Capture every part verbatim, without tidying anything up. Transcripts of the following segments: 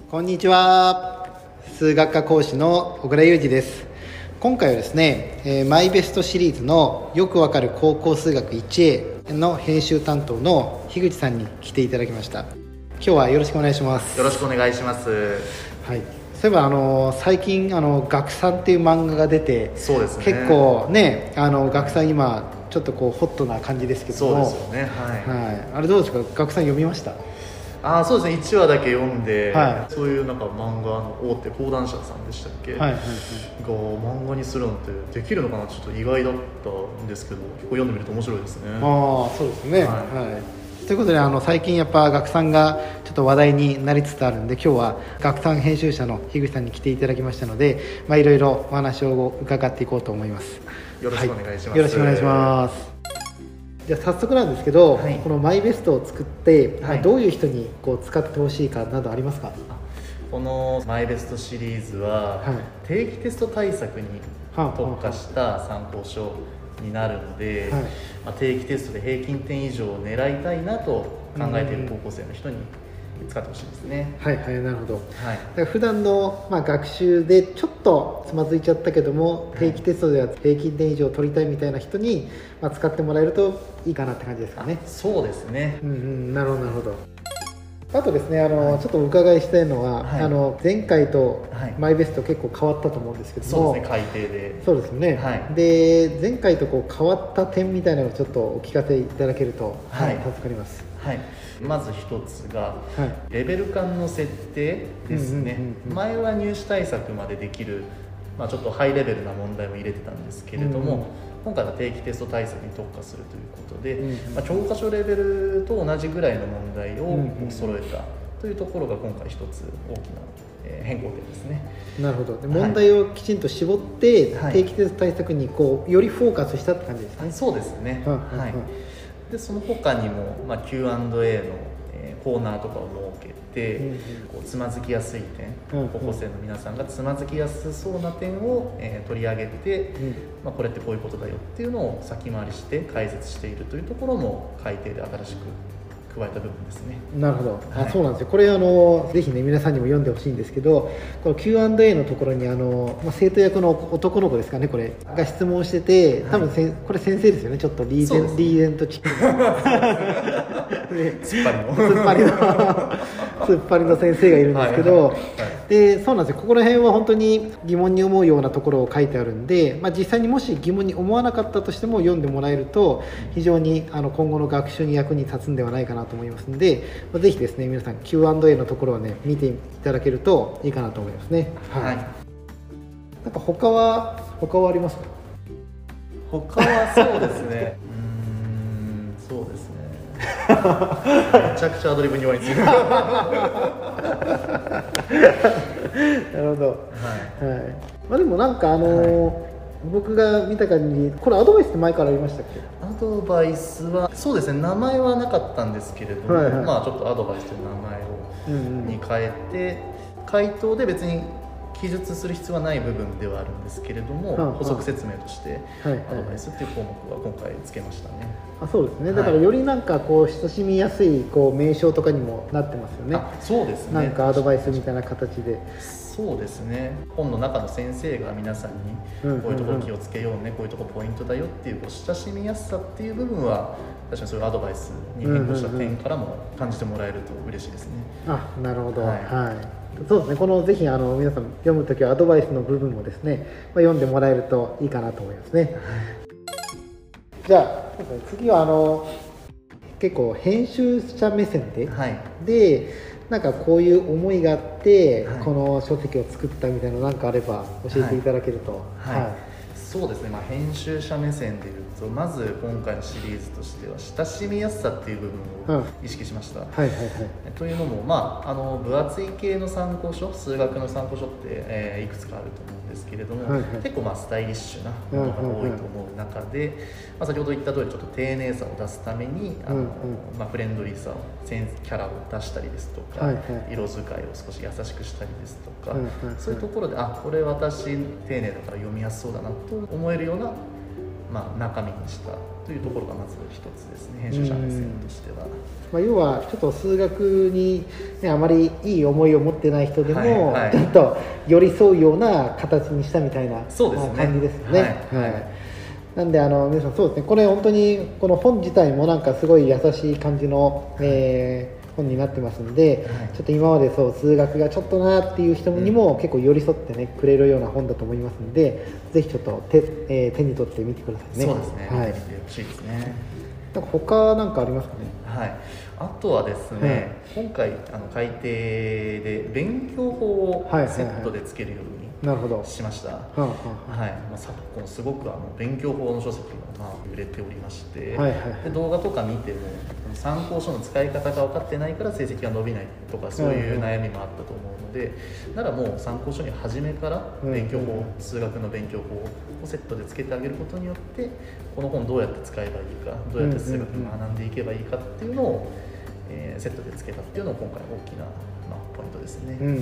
こんにちは。数学科講師の小倉裕二です。今回はですね、えー、マイベストシリーズのよくわかる高校数学 いちエー の編集担当の樋口さんに来ていただきました。今日はよろしくお願いします。 よろしくお願いします。 はい。そういえばあの最近あの学さんっていう漫画が出て、 そうですね、 結構ね、あの学さん今ちょっとこうホットな感じですけども、 そうですよね、はい、 はい、あれどうですか、学さん読みました？ あ、そうですね、いちわだけ読んで、 はい、 そういうなんか漫画の大手講談社さんでしたっけ、はいはいはい、が漫画にするなんてできるのかな、ちょっと意外だったんですけど、結構読んでみると面白いですね。 ああ、そうですね、はい、はい、ということであの最近やっぱ学さんがちょっと話題になりつつあるんで、今日は学さん編集者の樋口さんに来ていただきましたので、まあ、いろいろお話を伺っていこうと思います。 よろしくお願いします、はい、 よろしくお願いします。じゃあ早速なんですけど、はい、このマイベストを作って、はい、どういう人にこう使ってほしいかなどありますか？ このマイベストシリーズは、はい、定期テスト対策に特化した参考書になるので、はい、まあ、定期テストで平均点以上を狙いたいなと考えている高校生の人に使ってほしいですね。 はいはい、なるほど。はい、だから普段のまあ学習でちょっとつまずいちゃったけども、定期テストでは平均点以上取りたいみたいな人にまあ使ってもらえるといいかなって感じですかね。 そうですね。 うんうん、なるほどなるほど。あとですね、あの、はい、ちょっとお伺いしたいのは、はい、あの前回とマイベスト結構変わったと思うんですけども、 そうですね、改訂で。 そうですね、はい、で前回とこう変わった点みたいなのをちょっとお聞かせいただけると、はい、助かります。 はい、まず一つが、はい、レベル間の設定ですね。前は入試対策までできる、まあ、ちょっとハイレベルな問題も入れてたんですけれども、うんうん、今回は定期テスト対策に特化するということで、うんうん、まあ、教科書レベルと同じぐらいの問題を揃えたというところが今回一つ大きな変更点ですね。 なるほど。で、問題をきちんと絞って、はい、定期テスト対策にこうよりフォーカスしたって感じですね。 そうですね、はい、はい、でその他にも、まあ、キューアンドエー の、えー、コーナーとかを設けて、うんうん、こうつまずきやすい点、うんうん、高校生の皆さんがつまずきやすそうな点を、えー、取り上げて、うん、まあ、これってこういうことだよっていうのを先回りして解説しているというところも改訂で新しく加えた部分ですね。 なるほど、はい、あ、そうなんですよ。これあのぜひね皆さんにも読んでほしいんですけど、この キューアンドエー のところにあの、まあ、生徒役の男の子ですかね、これが質問してて、多分せ、はい、これ先生ですよね。ちょっとリーゼン、リーゼントチック突っ張りの突っ張りの突っ張りの先生がいるんですけど、はいはいはい、でそうなんですよ。ここら辺は本当に疑問に思うようなところを書いてあるんで、まあ、実際にもし疑問に思わなかったとしても読んでもらえると非常にあの今後の学習に役に立つんではないかなと思いますので、まあ、ぜひですね皆さん キューアンドエー のところをね見ていただけるといいかなと思いますね。はい、はい、なんか他は他はありますか？ 他はそうですねうーん、そうですねめちゃくちゃアドリブに言われてるなるほど、はいはい、まあ、でもなんかあのーはい、僕が見た感じ、これアドバイスって前からありましたっけ？ アドバイスはそうですね、名前はなかったんですけれども、はいはい、まあちょっとアドバイスという名前をに変えて、うんうん、回答で別に記述する必要はない部分ではあるんですけれども、はあはあ、補足説明としてアドバイスっていう項目は今回つけましたね。 あ、そうですね。だからよりなんかこう親しみやすいこう名称とかにもなってますよね。 あ、そうですね。 なんかアドバイスみたいな形で。 そうですね。本の中の先生が皆さんにこういうところ気をつけようね、こういうところポイントだよっていうこう親しみやすさっていう部分は確かにそういうアドバイスに変更した点からも感じてもらえると嬉しいですね。 あ、なるほど。はい。はい、そうですね。このぜひあの皆さん読むときはアドバイスの部分もですね、まあ、読んでもらえるといいかなと思いますね。はい、じゃあ次はあの結構編集者目線で、はい、でなんかこういう思いがあって、はい、この書籍を作ったみたいなのなんかあれば教えていただけると。はい、はい、 そうですね、まあ、編集者目線でいうとまず今回のシリーズとしては親しみやすさっていう部分を意識しました。はいはいはい、というのも、まあ、あの分厚い系の参考書、数学の参考書って、えー、いくつかあると思うんですけれども、はいはい、結構まあスタイリッシュなものが多いと思う中で、まあ、先ほど言った通りちょっと丁寧さを出すためにあの、うんうん、まあ、フレンドリーさをキャラを出したりですとか、はいはい、色使いを少し優しくしたりですとか、はいはいはい、そういうところであこれ私丁寧だから読みやすそうだなと思えるような、まあ、中身にしたというところがまず一つですね、編集者目線としては。 まあ、要はちょっと数学に、ね、あまりいい思いを持ってない人でも、はいはい、ちょっと寄り添うような形にしたみたいな、そうですね、感じですよね。はいはい、なんであの皆さんそうですね、これ本当にこの本自体もなんかすごい優しい感じの、えー本になってますので、はい、ちょっと今までそう数学がちょっとなっていう人にも結構寄り添ってねくれるような本だと思いますので、ぜひちょっと 手,、えー、手に取ってみてくださいね。 そうですね、はい、見てみてほしいですね。 なんか他なんかありますかね。 はい、あとはですね、はい、今回あの改訂で勉強法をセットでつけるようにしました。はいはいはい、まあ、昨今すごくあの勉強法の書籍がまあ売れておりまして、はいはいはい、で動画とか見ても参考書の使い方が分かってないから成績が伸びないとかそういう悩みもあったと思うので、ならもう参考書に初めから勉強法、うんうん、数学の勉強法をセットでつけてあげることによってこの本どうやって使えばいいか、どうやって数学を学んでいけばいいかっていうのを、えー、セットでつけたっていうのが今回大きな、まあ、ポイントですね。うんうんうん、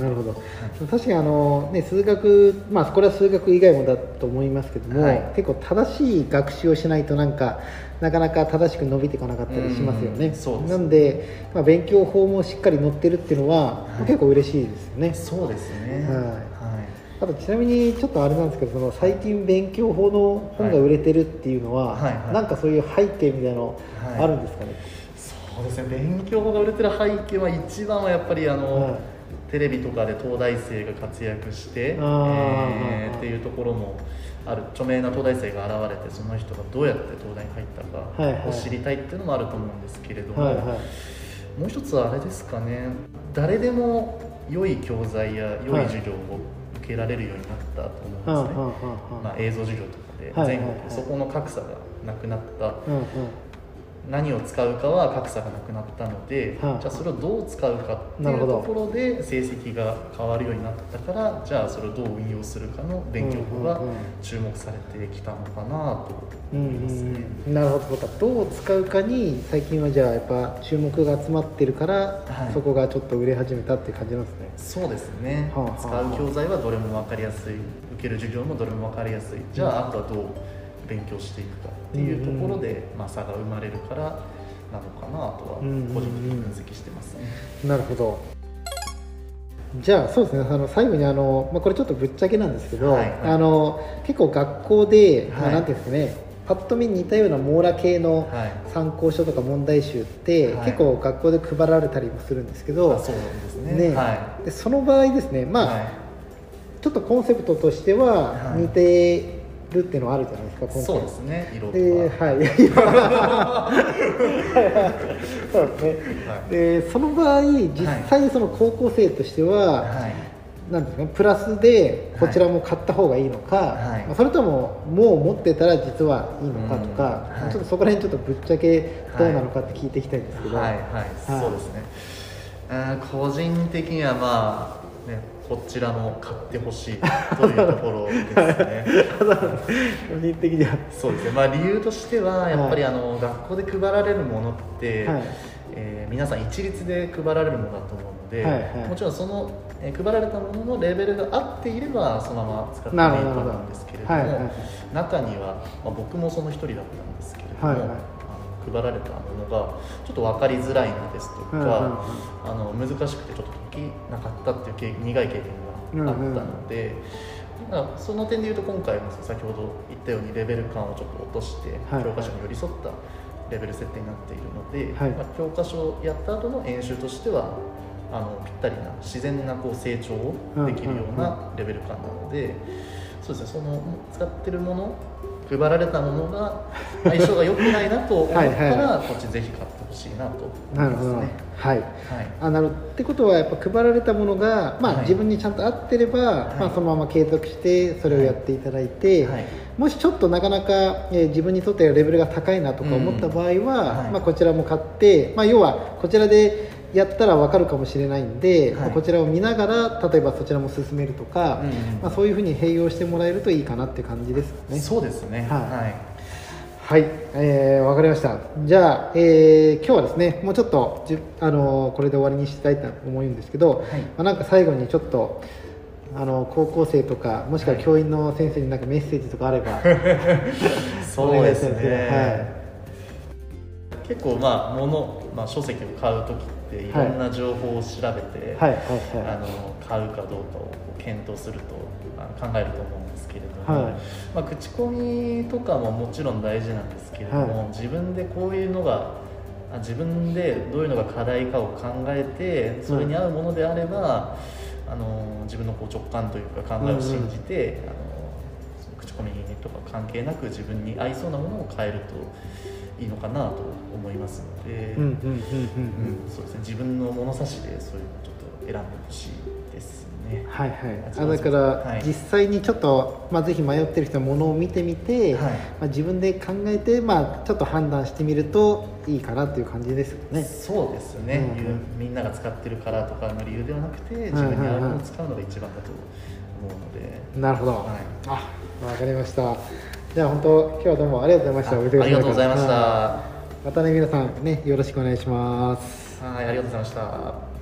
なるほど、はい、 確かにあの、ね、数学、まあ、これは数学以外もだと思いますけども、はい、結構正しい学習をしないとなんかなかなか正しく伸びていかなかったりしますよね。うん、そうです。なんで、まあ、勉強法もしっかり載ってるっていうのは、はい、結構嬉しいですよね。 そうですね、はい、はい、 あとちなみにちょっとあれなんですけど、その最近勉強法の本が売れてるっていうのは、はいはいはい、なんかそういう背景みたいなのあるんですかね。はい、 そうですね、勉強法が売れてる背景は一番はやっぱりあの、はい、テレビとかで東大生が活躍して、えー、っていうところもある。著名な東大生が現れてその人がどうやって東大に入ったかを知りたいっていうのもあると思うんですけれども、はいはい、もう一つはあれですかね、誰でも良い教材や良い授業を受けられるようになったと思うんですね。はい、まあ、映像授業とかで全国そこの格差がなくなった、うんうん、何を使うかは格差がなくなったので、はあ、じゃあそれをどう使うかっていうところで成績が変わるようになったから、じゃあそれをどう運用するかの勉強法が注目されてきたのかなと思いますね。 うんうん、なるほど。どう使うかに最近はじゃあやっぱ注目が集まってるから、はい、そこがちょっと売れ始めたっていう感じなんですね。 そうですね、はあはあ、使う教材はどれも分かりやすい、受ける授業もどれも分かりやすい、じゃああとはどう勉強していくかっていうところで、まあ、差が生まれるからなのかなとは個人的に分析してますね。 うんうん、なるほど。じゃあそうですね、あの最後にあの、まあ、これちょっとぶっちゃけなんですけど、はいはい、あの結構学校で、はい、まあ、なんていうんですかね、パッと見似たような網羅系の参考書とか問題集って、はい、結構学校で配られたりもするんですけど、 はい、そうなんですね。ね、はい、 でその場合ですね、まあ、はい、ちょっとコンセプトとしては似てるっていうのはあるじゃないですか、今回。 そうですね、色とか。 で、はいそうですね、はい、でその場合実際その高校生としては、はい、なんですかね、プラスでこちらも買った方がいいのか、はい、それとももう持ってたら実はいいのかとか、はい、ちょっとそこら辺ちょっとぶっちゃけどうなのかって聞いていきたいんですけど。 はいはい、はい、そうですね、あ個人的にはまあね、こちらも買ってほしいというところですね。 個人的にはそうですね、まあ、理由としてはやっぱりあの、はい、学校で配られるものって、はい、えー、皆さん一律で配られるものだと思うので、はいはい、もちろんその、えー、配られたもののレベルが合っていればそのまま使ってもいいと思うんですけれども、はいはい、中には、まあ、僕もその一人だったんですけれども、はいはい、配られたものがちょっと分かりづらいのですとか、うんうんうん、あの難しくてちょっと解きなかったっていう経苦い経験があったので、うんうんうん、その点でいうと今回も先ほど言ったようにレベル感をちょっと落として、はいはい、教科書に寄り添ったレベル設定になっているので、はい、まあ、教科書をやった後の演習としてはあのぴったりな自然なこう成長をできるようなレベル感なので、うんうんうん、そうですね、その使ってるもの配られたものが相性が良くないなと思ったらはい、はい、こっちぜひ買ってほしいなと思いますね。 はい、はい、あなるってことはやっぱ配られたものが、まあ、はい、自分にちゃんと合ってれば、はい、まあ、そのまま継続してそれをやっていただいて、はいはい、もしちょっとなかなか、えー、自分にとってはレベルが高いなとか思った場合は、うん、はい、まあ、こちらも買って、まあ、要はこちらでやったら分かるかもしれないんで、はい、こちらを見ながら例えばそちらも進めるとか、うんうん、まあ、そういうふうに併用してもらえるといいかなっていう感じですかね。 そうですね、はい、 はい、えー、分かりました。じゃあ、えー、今日はですねもうちょっとじ、あのー、これで終わりにしたいと思うんですけど、はい、まあ、なんか最後にちょっとあの高校生とかもしくは教員の先生になんかメッセージとかあれば、はい、 そうですね、はい、結構まあ物、まあ、書籍を買う時っていろんな情報を調べて、はいはいはいはい、あの買うかどうかを検討すると考えると思うんですけれども、はい、まあ、口コミとかももちろん大事なんですけれども、はい、自分でこういうのが自分でどういうのが課題かを考えてそれに合うものであれば、うん、あの自分のこう直感というか考えを信じて、うんうん、あの口コミとか関係なく自分に合いそうなものを変えるといいのかなと思いますので、自分の物差しでそういうのをちょっと選んでほしいですね。 はいはい、あだから、はい、実際にちょっと、まあ、ぜひ迷ってる人はものを見てみて、はい、まあ、自分で考えて、まあ、ちょっと判断してみるといいかなという感じですよね。 そうですね、うんうん、みんなが使ってるからとかの理由ではなくて自分に合うものを使うのが一番だと思うので、 うん、なるほど、はい、あ、わかりました。じゃあ本当今日はどうもありがとうございました。 ありがとうございました。 またね皆さんねよろしくお願いします。 はい、ありがとうございました。